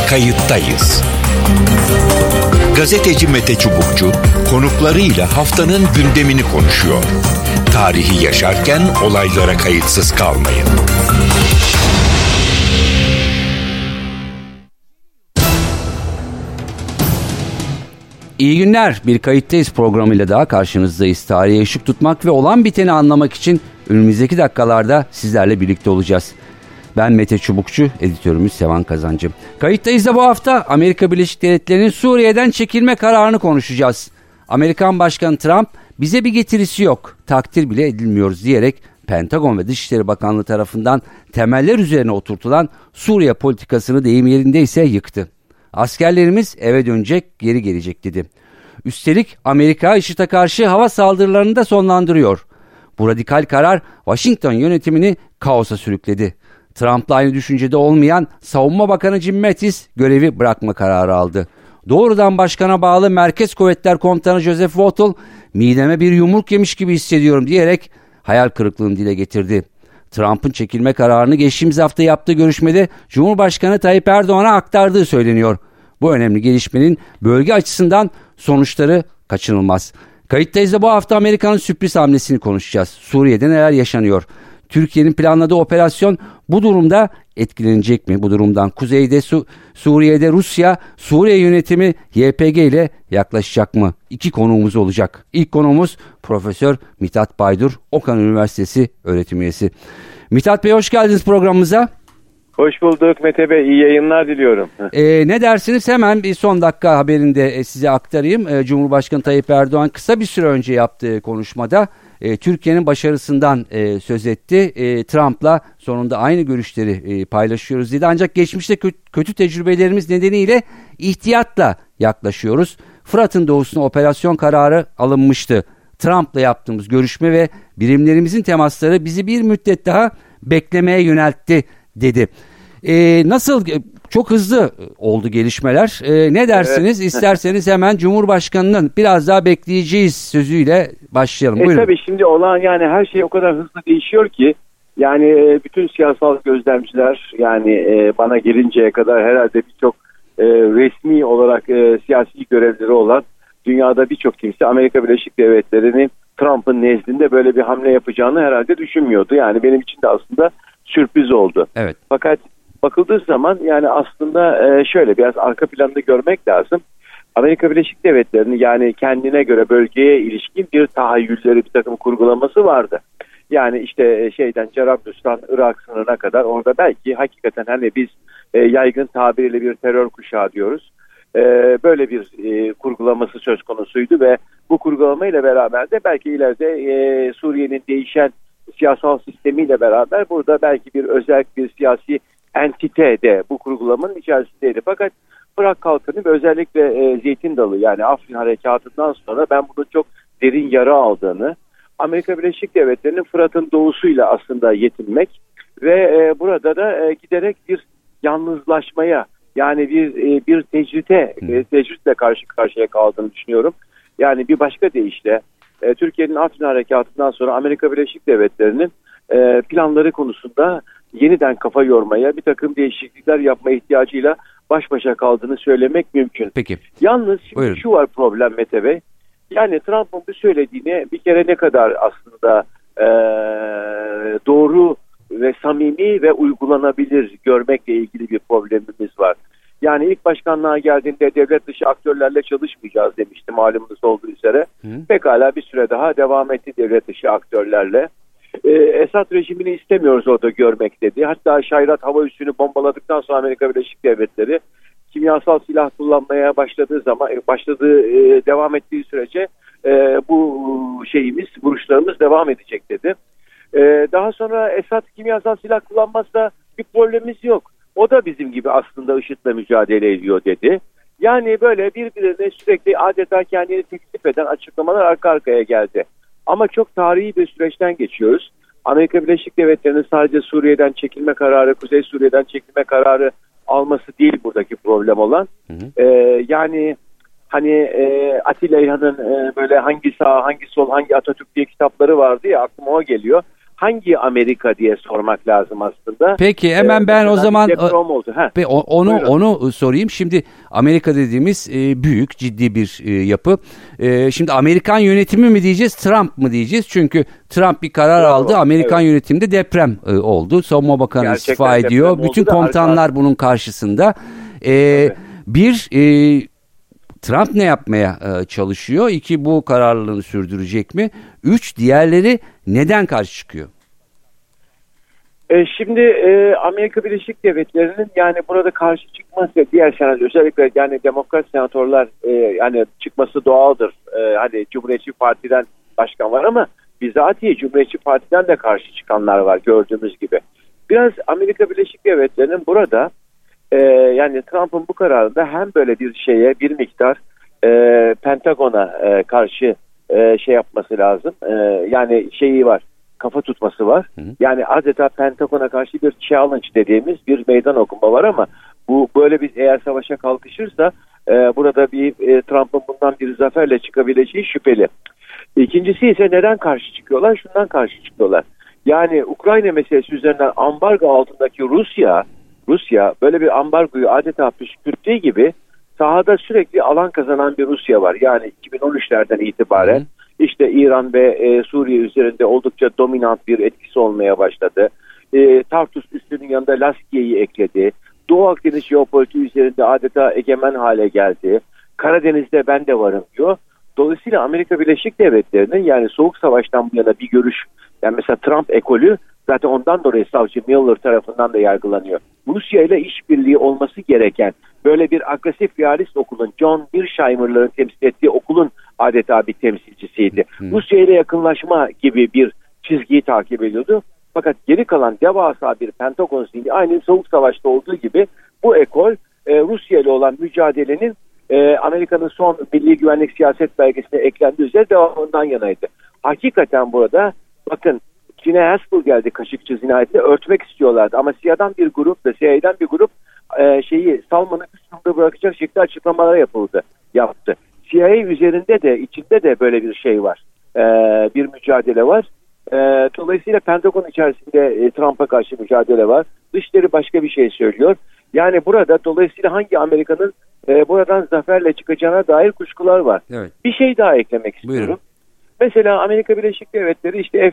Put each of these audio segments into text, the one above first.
Kayıttayız. Gazeteci Mete Çubukçu konuklarıyla haftanın gündemini konuşuyor. Tarihi yaşarken olaylara kayıtsız kalmayın. İyi günler. Bir Kayıttayız programıyla daha karşınızdayız. Tarihe ışık tutmak ve olan biteni anlamak için önümüzdeki dakikalarda sizlerle birlikte olacağız. Ben Mete Çubukçu, editörümüz Sevan Kazancı. Kayıttayız da bu hafta Amerika Birleşik Devletleri'nin Suriye'den çekilme kararını konuşacağız. Amerikan Başkanı Trump bize bir getirisi yok, takdir bile edilmiyoruz diyerek Pentagon ve Dışişleri Bakanlığı tarafından temeller üzerine oturtulan Suriye politikasını deyim yerindeyse yıktı. Askerlerimiz eve dönecek, geri gelecek dedi. Üstelik Amerika IŞİD'e karşı hava saldırılarını da sonlandırıyor. Bu radikal karar Washington yönetimini kaosa sürükledi. Trump'la aynı düşüncede olmayan Savunma Bakanı Jim Mattis görevi bırakma kararı aldı. Doğrudan başkana bağlı Merkez Kuvvetler Komutanı Joseph Votel, mideme bir yumruk yemiş gibi hissediyorum diyerek hayal kırıklığını dile getirdi. Trump'ın çekilme kararını geçtiğimiz hafta yaptığı görüşmede Cumhurbaşkanı Tayyip Erdoğan'a aktardığı söyleniyor. Bu önemli gelişmenin bölge açısından sonuçları kaçınılmaz. Kayıttayız da bu hafta Amerika'nın sürpriz hamlesini konuşacağız. Suriye'de neler yaşanıyor? Türkiye'nin planladığı operasyon bu durumda etkilenecek mi? Bu durumdan kuzeyde Suriye'de Rusya, Suriye yönetimi YPG ile yaklaşacak mı? İki konuğumuz olacak. İlk konuğumuz Profesör Mithat Baydur, Okan Üniversitesi öğretim üyesi. Mithat Bey, hoş geldiniz programımıza. Hoş bulduk Mete Bey, iyi yayınlar diliyorum. Ne dersiniz? Hemen bir son dakika haberinde size aktarayım. Cumhurbaşkanı Tayyip Erdoğan kısa bir süre önce yaptığı konuşmada Türkiye'nin başarısından söz etti. Trump'la sonunda aynı görüşleri paylaşıyoruz dedi. Ancak geçmişte kötü tecrübelerimiz nedeniyle ihtiyatla yaklaşıyoruz. Fırat'ın doğusuna operasyon kararı alınmıştı. Trump'la yaptığımız görüşme ve birimlerimizin temasları bizi bir müddet daha beklemeye yöneltti dedi. Nasıl? Çok hızlı oldu gelişmeler. Ne dersiniz? Evet. İsterseniz hemen Cumhurbaşkanı'nın biraz daha bekleyeceğiz sözüyle başlayalım. Buyurun. Tabii şimdi olan yani her şey o kadar hızlı değişiyor ki yani bütün siyasal gözlemciler yani bana gelinceye kadar herhalde birçok resmi olarak siyasi görevleri olan dünyada birçok kimse Amerika Birleşik Devletleri'nin Trump'ın nezdinde böyle bir hamle yapacağını herhalde düşünmüyordu. Yani benim için de aslında sürpriz oldu. Evet. Fakat bakıldığı zaman yani aslında şöyle biraz arka planını görmek lazım. Amerika Birleşik Devletleri'nin yani kendine göre bölgeye ilişkin bir tahayyülleri, bir takım kurgulaması vardı. Yani işte Cerablus'tan Irak sınırına kadar orada belki hakikaten hani biz yaygın tabiriyle bir terör kuşağı diyoruz. Böyle bir kurgulaması söz konusuydu ve bu kurgulamayla beraber de belki ileride Suriye'nin değişen siyasal sistemiyle beraber burada belki bir özel bir siyasi entite de bu kurgulamanın içerisindeydi. Fakat Irak kalkanı ve özellikle Zeytin Dalı yani Afrin harekatından sonra ben bunun çok derin yara aldığını, Amerika Birleşik Devletleri'nin Fırat'ın doğusuyla aslında yetinmek ve burada da giderek bir yalnızlaşmaya yani bir tecritle karşı karşıya kaldığını düşünüyorum. Yani bir başka deyişle Türkiye'nin Afrin harekatından sonra Amerika Birleşik Devletleri'nin planları konusunda yeniden kafa yormaya, bir takım değişiklikler yapma ihtiyacıyla baş başa kaldığını söylemek mümkün. Peki. Yalnız şimdi şu var problem Mete Bey. Yani Trump'ın bu söylediğini bir kere ne kadar aslında doğru ve samimi ve uygulanabilir görmekle ilgili bir problemimiz var. Yani ilk başkanlığa geldiğinde devlet dışı aktörlerle çalışmayacağız demişti malumunuz olduğu üzere. Pekala bir süre daha devam etti devlet dışı aktörlerle. Esad rejimini istemiyoruz orada görmek dedi. Hatta Şayrat hava üssünü bombaladıktan sonra Amerika Birleşik Devletleri kimyasal silah kullanmaya devam ettiği sürece bu vuruşlarımız devam edecek dedi. Daha sonra Esad kimyasal silah kullanmazsa bir problemimiz yok. O da bizim gibi aslında IŞİD'le mücadele ediyor dedi. Yani böyle birbirine sürekli adeta kendini tekzip eden açıklamalar arka arkaya geldi. Ama çok tarihi bir süreçten geçiyoruz. Amerika Birleşik Devletleri'nin sadece Suriye'den çekilme kararı, Kuzey Suriye'den çekilme kararı alması değil buradaki problem olan. Yani hani Atilla İlhan'ın böyle hangi sağ, hangi sol, hangi Atatürk diye kitapları vardı ya aklıma o geliyor. hangi Amerika diye sormak lazım aslında. Peki hemen ben o zaman onu sorayım. Şimdi Amerika dediğimiz büyük, ciddi bir yapı. Şimdi Amerikan yönetimi mi diyeceğiz, Trump mı diyeceğiz? Çünkü Trump bir karar aldı. Amerikan yönetiminde deprem oldu. Savunma Bakanı gerçekten istifa ediyor. Bütün komutanlar bunun karşısında. Trump ne yapmaya çalışıyor? 2, bu kararlılığını sürdürecek mi? 3, diğerleri neden karşı çıkıyor? Şimdi Amerika Birleşik Devletleri'nin yani burada karşı çıkması, diğer senatör özellikle yani demokrat senatörler yani çıkması doğaldır. Hani Cumhuriyetçi Parti'den başkan var ama bizatihi Cumhuriyetçi Parti'den de karşı çıkanlar var gördüğümüz gibi. Biraz Amerika Birleşik Devletleri'nin burada yani Trump'ın bu kararında hem böyle bir şeye bir miktar Pentagon'a karşı şey yapması lazım. Yani şeyi var, kafa tutması var. Yani adeta Pentagon'a karşı bir challenge dediğimiz bir meydan okuma var ama bu böyle bir eğer savaşa kalkışırsa burada bir Trump'ın bundan bir zaferle çıkabileceği şüpheli. İkincisi ise neden karşı çıkıyorlar? Şundan karşı çıkıyorlar. Yani Ukrayna meselesi üzerinden ambargo altındaki Rusya böyle bir ambargoyu adeta püskürttüğü gibi sahada sürekli alan kazanan bir Rusya var. Yani 2013'lerden itibaren işte İran ve Suriye üzerinde oldukça dominant bir etkisi olmaya başladı. Tartus üssünün yanında Laskiye'yi ekledi. Doğu Akdeniz jeopolitiği üzerinde adeta egemen hale geldi. Karadeniz'de ben de varım diyor. Dolayısıyla Amerika Birleşik Devletleri'nin yani Soğuk Savaş'tan bu yana bir görüş, yani mesela Trump ekolü zaten ondan dolayı savcı Mueller tarafından da yargılanıyor. Rusya ile işbirliği olması gereken böyle bir agresif realist okulun, John Mearsheimer'ların temsil ettiği okulun adeta bir temsilcisiydi. Rusya ile yakınlaşma gibi bir çizgiyi takip ediyordu. Fakat geri kalan devasa bir Pentagon zihni aynı Soğuk Savaş'ta olduğu gibi bu ekol Rusya ile olan mücadelenin Amerika'nın son milli güvenlik siyaset belgesine eklendiği üzere devamından yanaydı. Hakikaten burada bakın Gene Haspel geldi Kaşıkçı cinayetini örtmek istiyorlardı ama CIA'dan bir grup ve CIA'dan bir grup Salman'ı üst durumda bırakacak şekilde açıklamalar yaptı. CIA üzerinde de içinde de böyle bir şey var. Bir mücadele var. Dolayısıyla Pentagon içerisinde Trump'a karşı mücadele var. Dışişleri başka bir şey söylüyor. Yani burada dolayısıyla hangi Amerika'nın buradan zaferle çıkacağına dair kuşkular var. Evet. Bir şey daha eklemek istiyorum. Buyurun. Mesela Amerika Birleşik Devletleri işte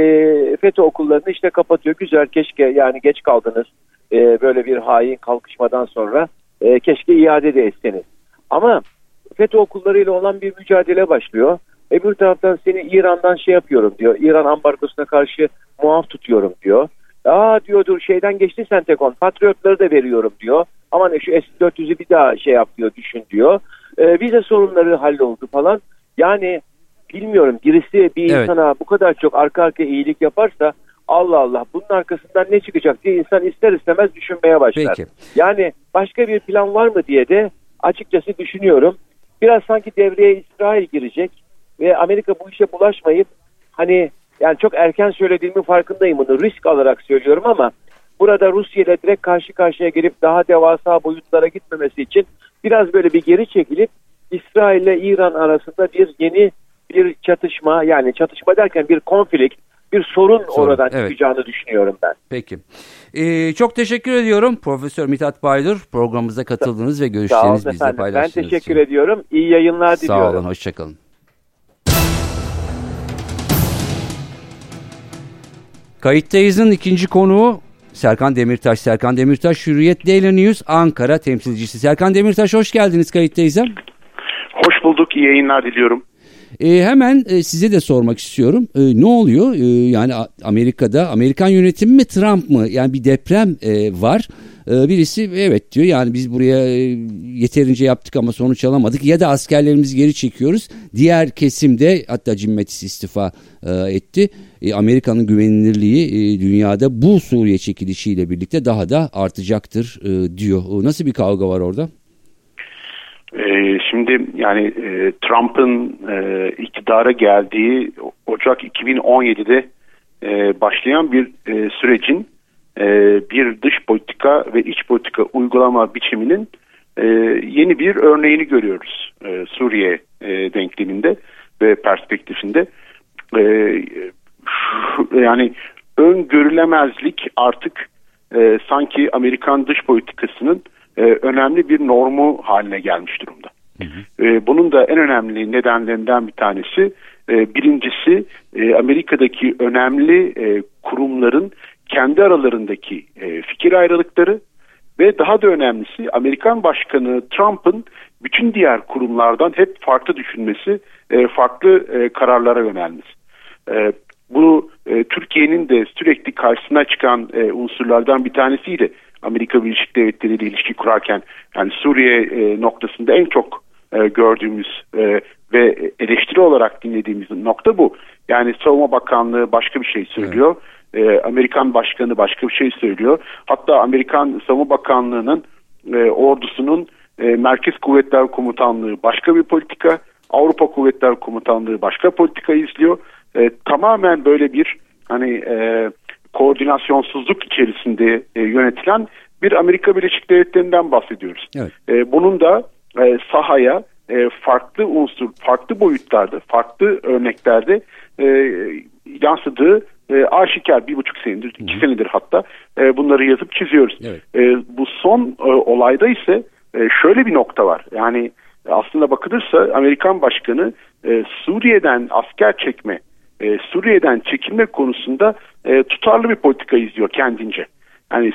FBI FETÖ okullarını işte kapatıyor. Güzel, keşke yani geç kaldınız böyle bir hain kalkışmadan sonra keşke iade de etseniz. Ama FETÖ okullarıyla olan bir mücadele başlıyor. Öbür taraftan seni İran'dan şey yapıyorum diyor. İran ambargosuna karşı muaf tutuyorum diyor. Diyordur şeyden geçti Sentekon. Patriotları da veriyorum diyor. Aman şu S-400'ü bir daha şey yap diyor, düşün diyor. Vize sorunları halloldu falan. Yani bilmiyorum, birisi bir insana bu kadar çok arka arkaya iyilik yaparsa Allah Allah bunun arkasından ne çıkacak diye insan ister istemez düşünmeye başlar. Peki. Yani başka bir plan var mı diye de açıkçası düşünüyorum. Biraz sanki devreye İsrail girecek ve Amerika bu işe bulaşmayıp hani yani çok erken söylediğimin farkındayım, bunu risk alarak söylüyorum ama burada Rusya ile direkt karşı karşıya gelip daha devasa boyutlara gitmemesi için biraz böyle bir geri çekilip İsrail ile İran arasında yeni bir çatışma, yani çatışma derken bir konflikt, bir sorun oradan çıkacağını düşünüyorum ben. Peki. Çok teşekkür ediyorum Profesör Mithat Baydur, programımıza katıldığınız ve görüşlerinizi bizle paylaştığınız için. Ben teşekkür ediyorum. İyi yayınlar diliyorum. Sağ olun, hoşçakalın. Kayıttayız'ın ikinci konuğu Serkan Demirtaş. Serkan Demirtaş, Hürriyet Daily News Ankara temsilcisi. Serkan Demirtaş, hoş geldiniz Kayıttayız'a. Hoş bulduk, iyi yayınlar diliyorum. Hemen size de sormak istiyorum. Ne oluyor? Yani Amerika'da Amerikan yönetimi mi, Trump mı? Yani bir deprem var. Birisi evet diyor, yani biz buraya yeterince yaptık ama sonuç alamadık ya da askerlerimizi geri çekiyoruz. Diğer kesimde, hatta Jim Mattis istifa etti. Amerika'nın güvenilirliği dünyada bu Suriye çekilişiyle birlikte daha da artacaktır diyor. Nasıl bir kavga var orada? Şimdi yani Trump'ın iktidara geldiği Ocak 2017'de başlayan bir sürecin bir dış politika ve iç politika uygulama biçiminin yeni bir örneğini görüyoruz Suriye denkleminde ve perspektifinde. yani öngörülemezlik artık sanki Amerikan dış politikasının önemli bir normu haline gelmiş durumda. Bunun da en önemli nedenlerinden bir tanesi, birincisi Amerika'daki önemli kurumların kendi aralarındaki fikir ayrılıkları ve daha da önemlisi Amerikan Başkanı Trump'ın bütün diğer kurumlardan hep farklı düşünmesi, farklı kararlara yönelmesi. Bu Türkiye'nin de sürekli karşısına çıkan unsurlardan bir tanesiydi. Amerika Birleşik Devletleri ile ilişki kurarken, yani Suriye noktasında en çok gördüğümüz ve eleştiri olarak dinlediğimiz nokta bu. Yani Savunma Bakanlığı başka bir şey söylüyor. Amerikan Başkanı başka bir şey söylüyor. Hatta Amerikan Savunma Bakanlığı'nın ordusunun Merkez Kuvvetler Komutanlığı başka bir politika, Avrupa Kuvvetler Komutanlığı başka politika izliyor. Tamamen böyle bir koordinasyonsuzluk içerisinde yönetilen bir Amerika Birleşik Devletleri'nden bahsediyoruz. Evet. Bunun da sahaya farklı unsur, farklı boyutlarda, farklı örneklerde yansıdığı aşikar. 1,5 senedir, 2 senedir hatta bunları yazıp çiziyoruz. Evet. Bu son olayda ise şöyle bir nokta var. Yani aslında bakılırsa Amerikan Başkanı Suriye'den asker çekme, Suriye'den çekilme konusunda tutarlı bir politika izliyor kendince. Yani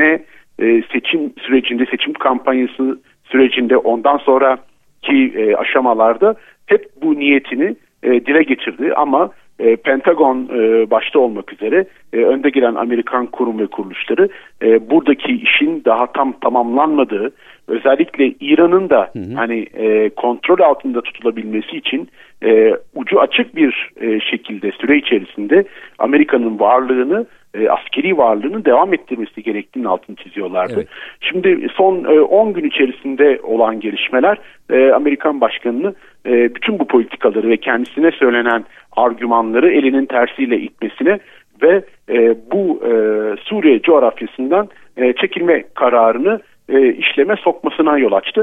seçim sürecinde, seçim kampanyası sürecinde, ondan sonraki aşamalarda hep bu niyetini dile getirdi. Ama Pentagon başta olmak üzere önde gelen Amerikan kurum ve kuruluşları buradaki işin daha tam tamamlanmadığı, özellikle İran'ın da kontrol altında tutulabilmesi için ucu açık bir şekilde süre içerisinde Amerika'nın varlığını, askeri varlığını devam ettirmesi gerektiğinin altını çiziyorlardı. Evet. Şimdi son 10 gün içerisinde olan gelişmeler Amerikan Başkanı'nı bütün bu politikaları ve kendisine söylenen argümanları elinin tersiyle itmesine ve bu Suriye coğrafyasından çekilme kararını işleme sokmasına yol açtı.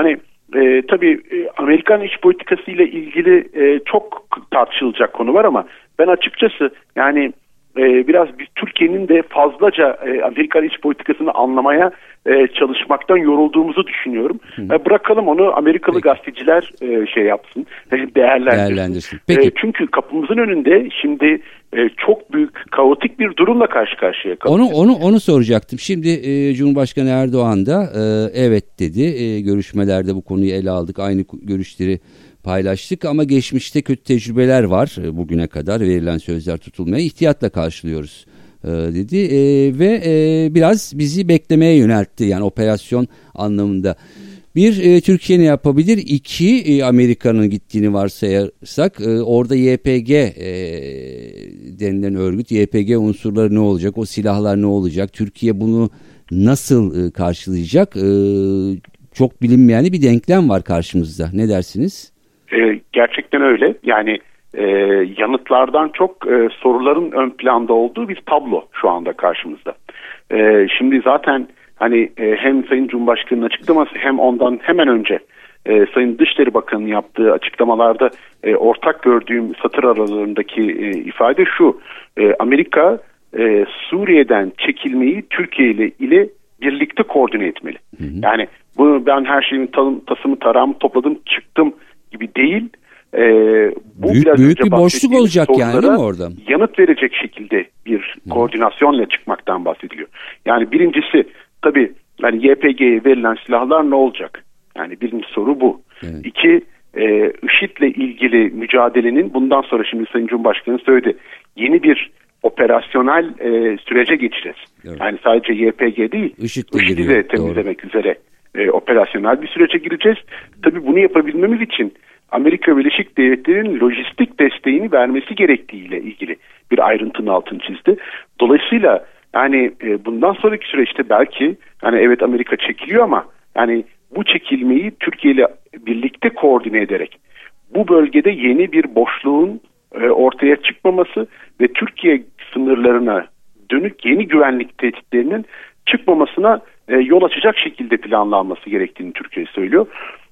Tabii Amerikan iç politikası ile ilgili çok tartışılacak konu var ama ben açıkçası biraz biz Türkiye'nin de fazlaca Amerikan iç politikasını anlamaya çalışmaktan yorulduğumuzu düşünüyorum. Bırakalım onu Amerikalı gazeteciler yapsın, değerlendirsin. Peki. Çünkü kapımızın önünde şimdi çok büyük, kaotik bir durumla karşı karşıya kalıyoruz. Onu soracaktım. Şimdi Cumhurbaşkanı Erdoğan da evet dedi. Görüşmelerde bu konuyu ele aldık. Aynı görüşleri paylaştık ama geçmişte kötü tecrübeler var. Bugüne kadar verilen sözler tutulmaya ihtiyatla karşılıyoruz dedi ve biraz bizi beklemeye yöneltti, yani operasyon anlamında. Bir, Türkiye ne yapabilir? İki, Amerika'nın gittiğini varsayarsak orada YPG denilen örgüt, YPG unsurları ne olacak? O silahlar ne olacak? Türkiye bunu nasıl karşılayacak? Çok bilinmeyen bir denklem var karşımızda. Ne dersiniz? Gerçekten öyle. Yani yanıtlardan çok soruların ön planda olduğu bir tablo şu anda karşımızda. Şimdi zaten hem Sayın Cumhurbaşkanı'nın açıklaması hem ondan hemen önce Sayın Dışişleri Bakanı'nın yaptığı açıklamalarda ortak gördüğüm satır aralarındaki ifade şu: Amerika Suriye'den çekilmeyi Türkiye ile birlikte koordine etmeli. Yani bunu ben her şeyin tasımı tarağımı topladım çıktım gibi değil. Bu büyük bir boşluk olacak yani, değil mi orada? Yanıt verecek şekilde bir koordinasyonla çıkmaktan bahsediliyor. Yani birincisi tabii YPG'ye verilen silahlar ne olacak? Yani birinci soru bu. Evet. İki, IŞİD'le ilgili mücadelenin bundan sonra, şimdi Sayın Cumhurbaşkanı söyledi, yeni bir operasyonel sürece geçeceğiz. Evet. Yani sadece YPG değil, IŞİD'i de temizlemek üzere operasyonel bir sürece gireceğiz. Tabii bunu yapabilmemiz için Amerika Birleşik Devletleri'nin lojistik desteğini vermesi gerektiğiyle ilgili bir ayrıntının altını çizdi. Dolayısıyla bundan sonraki süreçte belki evet Amerika çekiliyor ama bu çekilmeyi Türkiye ile birlikte koordine ederek bu bölgede yeni bir boşluğun ortaya çıkmaması ve Türkiye sınırlarına dönük yeni güvenlik tehditlerinin çıkmamasına yol açacak şekilde planlanması gerektiğini Türkiye söylüyor.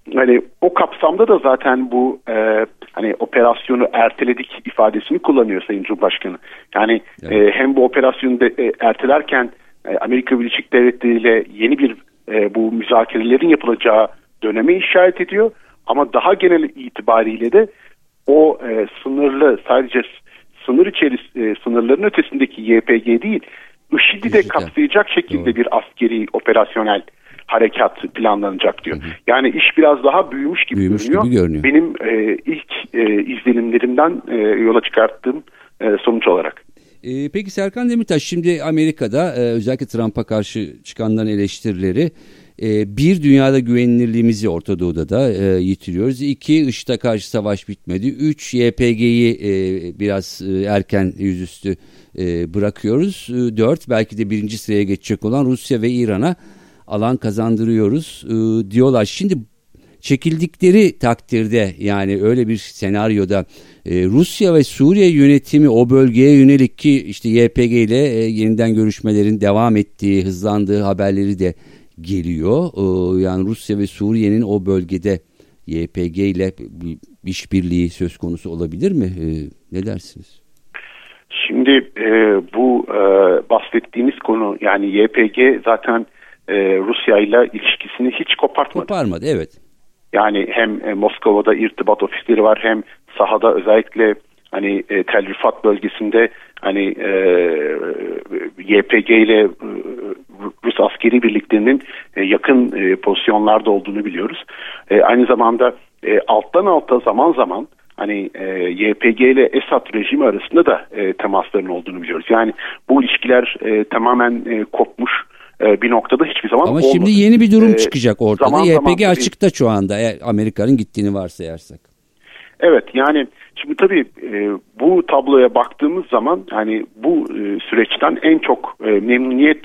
hani o kapsamda da zaten bu hani operasyonu erteledik ifadesini kullanıyor Sayın Cumhurbaşkanı. Yani evet. Hem bu operasyonu ertelerken Amerika Birleşik Devletleri ile yeni bir bu müzakerelerin yapılacağı döneme işaret ediyor. Ama daha genel itibariyle de o sınırlı, sadece sınırların ötesindeki YPG değil, IŞİD'i de kapsayacak şekilde bir askeri operasyonel harekat planlanacak diyor. Yani iş biraz daha büyümüş gibi görünüyor. Benim ilk izlenimlerimden yola çıkarttığım sonuç olarak. Peki Serkan Demirtaş, şimdi Amerika'da özellikle Trump'a karşı çıkanların eleştirileri, bir, dünyada güvenilirliğimizi Orta Doğu'da da yitiriyoruz. 2, IŞİD'e karşı savaş bitmedi. 3, YPG'yi biraz erken yüzüstü bırakıyoruz. 4, belki de birinci sıraya geçecek olan Rusya ve İran'a alan kazandırıyoruz diyorlar. Şimdi çekildikleri takdirde, yani öyle bir senaryoda Rusya ve Suriye yönetimi o bölgeye yönelik, ki işte YPG ile yeniden görüşmelerin devam ettiği, hızlandığı haberleri de geliyor. Yani Rusya ve Suriye'nin o bölgede YPG ile bir işbirliği söz konusu olabilir mi? Ne dersiniz? Şimdi bu bahsettiğimiz konu, yani YPG zaten Rusya ile ilişkisini hiç kopartmadı. Evet. Yani hem Moskova'da irtibat ofisleri var, hem sahada özellikle hani Tel Rifat bölgesinde hani YPG ile Rus askeri birliklerinin yakın pozisyonlarda olduğunu biliyoruz. Aynı zamanda alttan alta zaman zaman hani YPG ile Esad rejimi arasında da temasların olduğunu biliyoruz. Yani bu ilişkiler tamamen kopmuş bir noktada hiçbir zaman olmadı. Ama şimdi yeni bir durum çıkacak ortada. YPG açıkta şu anda, Amerika'nın gittiğini varsayarsak. Evet, yani şimdi tabii bu tabloya baktığımız zaman yani bu süreçten en çok memnuniyet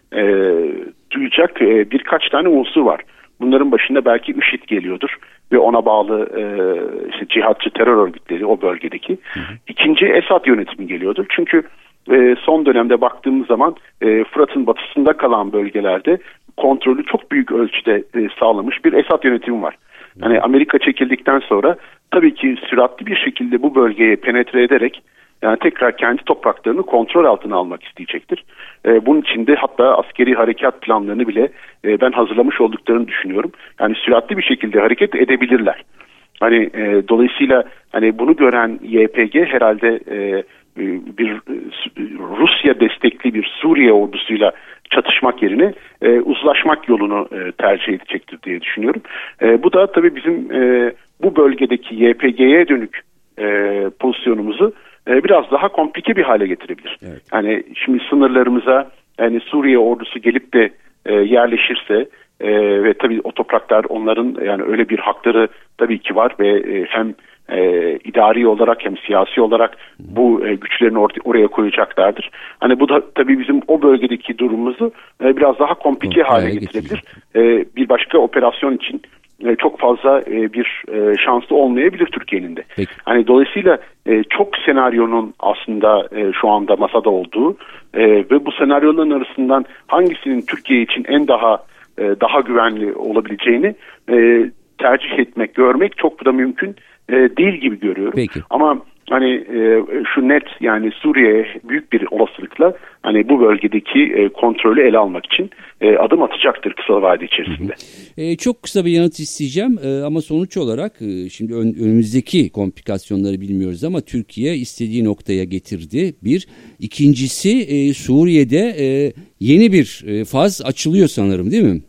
duyacak birkaç tane unsur var. Bunların başında belki IŞİD geliyordur ve ona bağlı işte cihatçı terör örgütleri o bölgedeki. İkinci, Esad yönetimi geliyordur. Çünkü son dönemde baktığımız zaman Fırat'ın batısında kalan bölgelerde kontrolü çok büyük ölçüde sağlamış bir Esad yönetimi var. Yani Amerika çekildikten sonra tabii ki süratli bir şekilde bu bölgeye penetre ederek yani tekrar kendi topraklarını kontrol altına almak isteyecektir. Bunun için de hatta askeri harekat planlarını bile ben hazırlamış olduklarını düşünüyorum. Yani süratli bir şekilde hareket edebilirler. Hani dolayısıyla hani bunu gören YPG herhalde bir Rusya destekli bir Suriye ordusuyla çatışmak yerine uzlaşmak yolunu tercih edecektir diye düşünüyorum. Bu da tabii bizim bu bölgedeki YPG'ye dönük pozisyonumuzu biraz daha komplike bir hale getirebilir. Evet. Yani şimdi sınırlarımıza yani Suriye ordusu gelip de yerleşirse ve tabii o topraklar onların yani öyle bir hakları tabii ki var ve hem idari olarak hem siyasi olarak bu güçlerini oraya koyacaklardır. Hani bu da tabii bizim o bölgedeki durumumuzu biraz daha komplike hale getirebilir. Bir başka operasyon için çok fazla bir şansı olmayabilir Türkiye'nin de. Peki. Hani dolayısıyla çok senaryonun aslında şu anda masada olduğu ve bu senaryoların arasından hangisinin Türkiye için en daha güvenli olabileceğini tercih etmek, görmek çok da mümkün değil gibi görüyorum. Peki. Ama hani şu net, yani Suriye büyük bir olasılıkla hani bu bölgedeki kontrolü ele almak için adım atacaktır kısa vade içerisinde. Çok kısa bir yanıt isteyeceğim ama sonuç olarak şimdi önümüzdeki komplikasyonları bilmiyoruz ama Türkiye istediği noktaya getirdi. Bir. İkincisi Suriye'de yeni bir faz açılıyor sanırım, değil mi?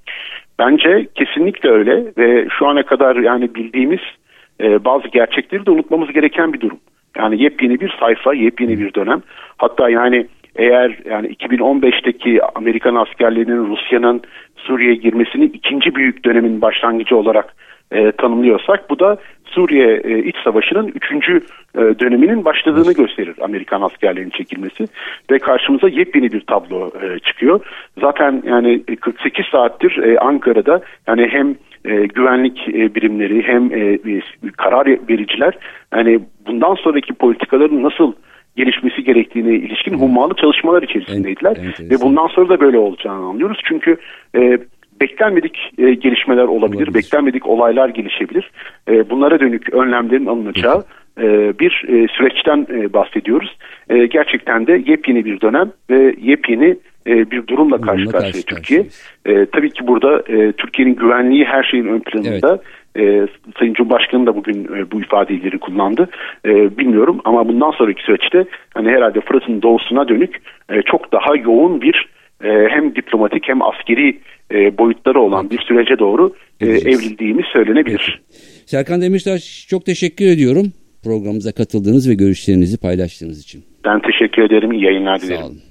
Bence kesinlikle öyle ve şu ana kadar yani bildiğimiz bazı gerçekleri de unutmamız gereken bir durum. Yani yepyeni bir sayfa, yepyeni bir dönem. Hatta yani eğer yani 2015'teki Amerikan askerlerinin Rusya'nın Suriye'ye girmesini ikinci büyük dönemin başlangıcı olarak tanımlıyorsak, bu da Suriye iç savaşının 3. döneminin başladığını gösterir Amerikan askerlerinin çekilmesi ve karşımıza yepyeni bir tablo çıkıyor. Zaten yani 48 saattir Ankara'da yani hem güvenlik birimleri hem karar vericiler yani bundan sonraki politikaların nasıl gelişmesi gerektiğine ilişkin hummalı çalışmalar içerisindeydiler ve bundan sonra da böyle olacağını anlıyoruz. Çünkü beklenmedik gelişmeler olabilir, beklenmedik olaylar gelişebilir. Bunlara dönük önlemlerin alınacağı bir süreçten bahsediyoruz. Gerçekten de yepyeni bir dönem ve yepyeni bir durumla karşı karşıya Türkiye. Tabii ki burada Türkiye'nin güvenliği her şeyin ön planında. Sayın Cumhurbaşkanı da bugün bu ifadeleri kullandı. Bilmiyorum ama bundan sonraki süreçte hani herhalde Fırat'ın doğusuna dönük çok daha yoğun bir hem diplomatik hem askeri boyutları olan bir sürece doğru evrildiğimiz söylenebilir. Serkan Demirtaş, çok teşekkür ediyorum programımıza katıldığınız ve görüşlerinizi paylaştığınız için. Ben teşekkür ederim. İyi yayınlar dilerim. Sağ olun.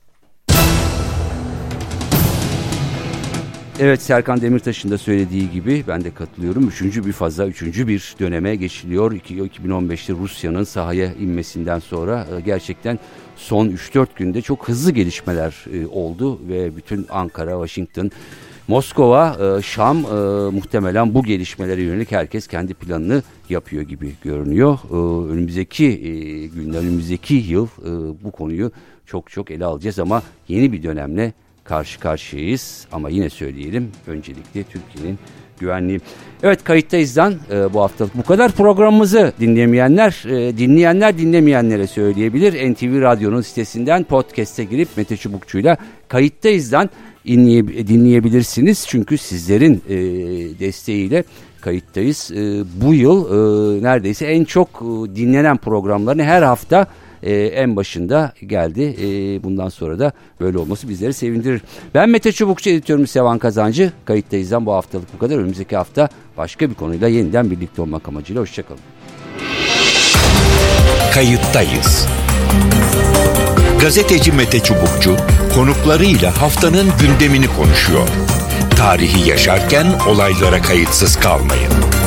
Evet, Serkan Demirtaş'ın da söylediği gibi ben de katılıyorum. Üçüncü bir döneme geçiliyor. 2015'te Rusya'nın sahaya inmesinden sonra gerçekten son 3-4 günde çok hızlı gelişmeler oldu ve bütün Ankara, Washington, Moskova, Şam muhtemelen bu gelişmelere yönelik herkes kendi planını yapıyor gibi görünüyor. Önümüzdeki günler, önümüzdeki yıl bu konuyu çok ele alacağız ama yeni bir dönemle karşı karşıyayız. Ama yine söyleyelim, öncelikle Türkiye'nin güvenliği. Evet, kayıttayızdan bu haftalık bu kadar. Programımızı dinleyenler dinlemeyenlere söyleyebilir. NTV Radyo'nun sitesinden podcast'e girip Mete Çubukçu'yla kayıttayızdan dinleyebilirsiniz. Çünkü sizlerin desteğiyle kayıttayız. Bu yıl neredeyse en çok dinlenen programlarını her hafta en başında geldi. Bundan sonra da böyle olması bizleri sevindirir. Ben Mete Çubukçu, editörümüz Sevan Kazancı. Kayıttayızdan bu haftalık bu kadar. Önümüzdeki hafta başka bir konuyla yeniden birlikte olmak amacıyla hoşçakalın. Kayıttayız. Gazeteci Mete Çubukçu konuklarıyla haftanın gündemini konuşuyor. Tarihi yaşarken olaylara kayıtsız kalmayın.